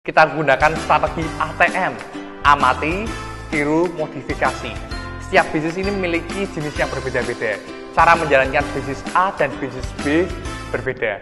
Kita gunakan strategi ATM, amati, tiru, modifikasi. Setiap bisnis ini memiliki jenis yang berbeda-beda. Cara menjalankan bisnis A dan bisnis B berbeda.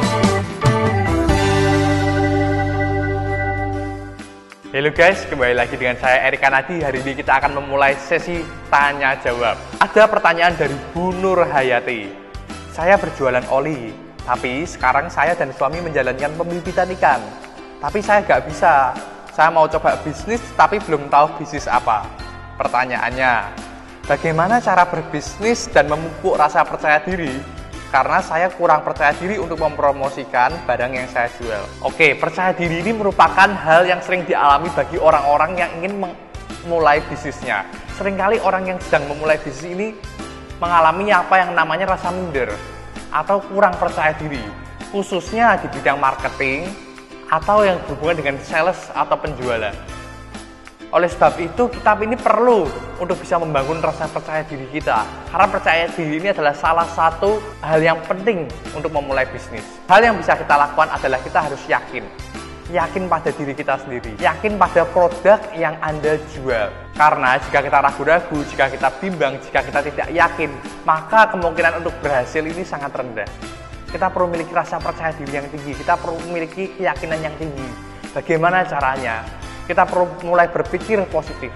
Halo guys, kembali lagi dengan saya Erik Kanadi. Hari ini kita akan memulai sesi tanya jawab. Ada pertanyaan dari Bu Nur Hayati. Saya berjualan oli, tapi sekarang saya dan suami menjalankan pembibitan ikan. Tapi saya nggak bisa. Saya mau coba bisnis, tapi belum tahu bisnis apa. Pertanyaannya, bagaimana cara berbisnis dan memupuk rasa percaya diri? Karena saya kurang percaya diri untuk mempromosikan barang yang saya jual. Oke, percaya diri ini merupakan hal yang sering dialami bagi orang-orang yang ingin memulai bisnisnya. Seringkali orang yang sedang memulai bisnis ini mengalami apa yang namanya rasa minder atau kurang percaya diri, khususnya di bidang marketing atau yang berhubungan dengan sales atau penjualan. Oleh sebab itu, kita ini perlu untuk bisa membangun rasa percaya diri kita. Karena percaya diri ini adalah salah satu hal yang penting untuk memulai bisnis. Hal yang bisa kita lakukan adalah kita harus yakin. Yakin pada diri kita sendiri. Yakin pada produk yang Anda jual. Karena jika kita ragu-ragu, jika kita bimbang, jika kita tidak yakin, maka kemungkinan untuk berhasil ini sangat rendah. Kita perlu memiliki rasa percaya diri yang tinggi. Kita perlu memiliki keyakinan yang tinggi. Bagaimana caranya? Kita perlu mulai berpikir positif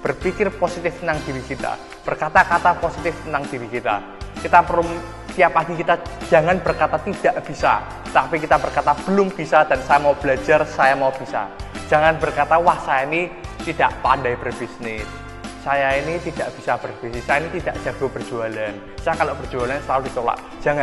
tentang diri kita, berkata-kata positif tentang diri kita. Kita perlu tiap pagi kita jangan berkata tidak bisa, tapi kita berkata belum bisa dan saya mau belajar, saya mau bisa. Jangan berkata wah saya ini tidak pandai berbisnis, saya ini tidak bisa berbisnis, saya ini tidak jago berjualan, saya kalau berjualan selalu ditolak.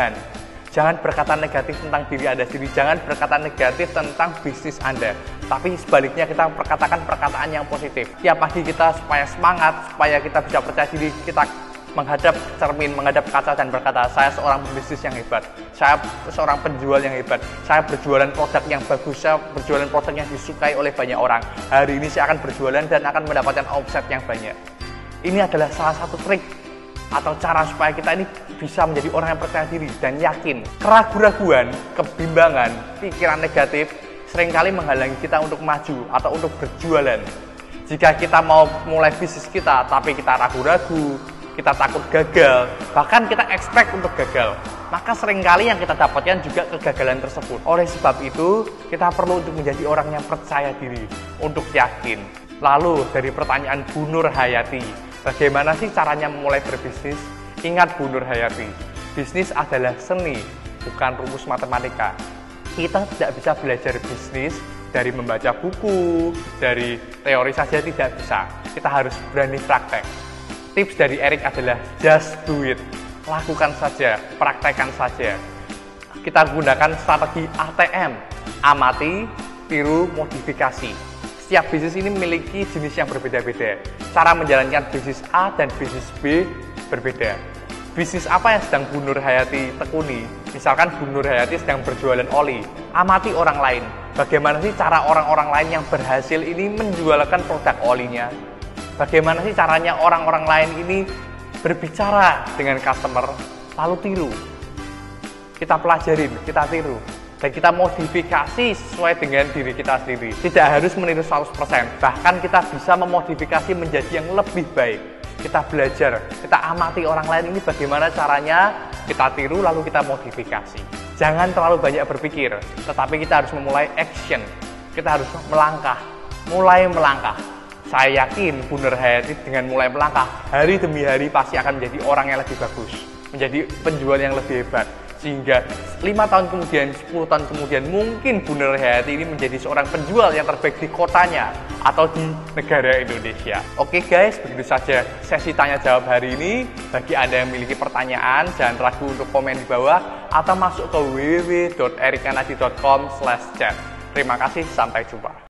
Jangan berkata negatif tentang diri Anda sendiri, jangan berkata negatif tentang bisnis Anda. Tapi sebaliknya kita perkatakan perkataan yang positif. Tiap pagi kita supaya semangat, supaya kita bisa percaya diri, kita menghadap cermin, menghadap kaca dan berkata, saya seorang pembisnis yang hebat, saya seorang penjual yang hebat, saya berjualan produk yang bagus, saya berjualan produk yang disukai oleh banyak orang. Hari ini saya akan berjualan dan akan mendapatkan omset yang banyak. Ini adalah salah satu trik atau cara supaya kita ini bisa menjadi orang yang percaya diri dan yakin. Keraguan-raguan, kebimbangan, pikiran negatif seringkali menghalangi kita untuk maju atau untuk berjualan. Jika kita mau mulai bisnis kita, tapi kita ragu-ragu, kita takut gagal, bahkan kita expect untuk gagal, maka seringkali yang kita dapatkan juga kegagalan tersebut. Oleh sebab itu, kita perlu untuk menjadi orang yang percaya diri, untuk yakin. Lalu dari pertanyaan Bu Nur Hayati, bagaimana sih caranya memulai berbisnis? Ingat Bu Nur Hayati, bisnis adalah seni, bukan rumus matematika. Kita tidak bisa belajar bisnis dari membaca buku, dari teori saja tidak bisa. Kita harus berani praktek. Tips dari Erik adalah just do it. Lakukan saja, praktekkan saja. Kita gunakan strategi ATM, amati, tiru, modifikasi. Setiap bisnis ini memiliki jenis yang berbeda-beda. Cara menjalankan bisnis A dan bisnis B berbeda. Bisnis apa yang sedang Bu Nur Hayati tekuni? Misalkan Bu Nur Hayati sedang berjualan oli. Amati orang lain. Bagaimana sih cara orang-orang lain yang berhasil ini menjualkan produk olinya? Bagaimana sih caranya orang-orang lain ini berbicara dengan customer? Lalu tiru. Kita pelajarin, kita tiru. Dan kita modifikasi sesuai dengan diri kita sendiri. Tidak harus meniru 100%. Bahkan kita bisa memodifikasi menjadi yang lebih baik. Kita belajar, kita amati orang lain ini bagaimana caranya, kita tiru lalu kita modifikasi. Jangan terlalu banyak berpikir, tetapi kita harus memulai action. Kita harus mulai melangkah. Saya yakin Bu Nur Hayati dengan mulai melangkah, hari demi hari pasti akan menjadi orang yang lebih bagus, menjadi penjual yang lebih hebat. Sehingga 5 tahun kemudian, 10 tahun kemudian, mungkin Bu Nur Hayati ini menjadi seorang penjual yang terbaik di kotanya atau di negara Indonesia. Oke guys, begitu saja sesi tanya jawab hari ini. Bagi Anda yang memiliki pertanyaan, jangan ragu untuk komen di bawah atau masuk ke www.erikkanadi.com/chat. Terima kasih, sampai jumpa.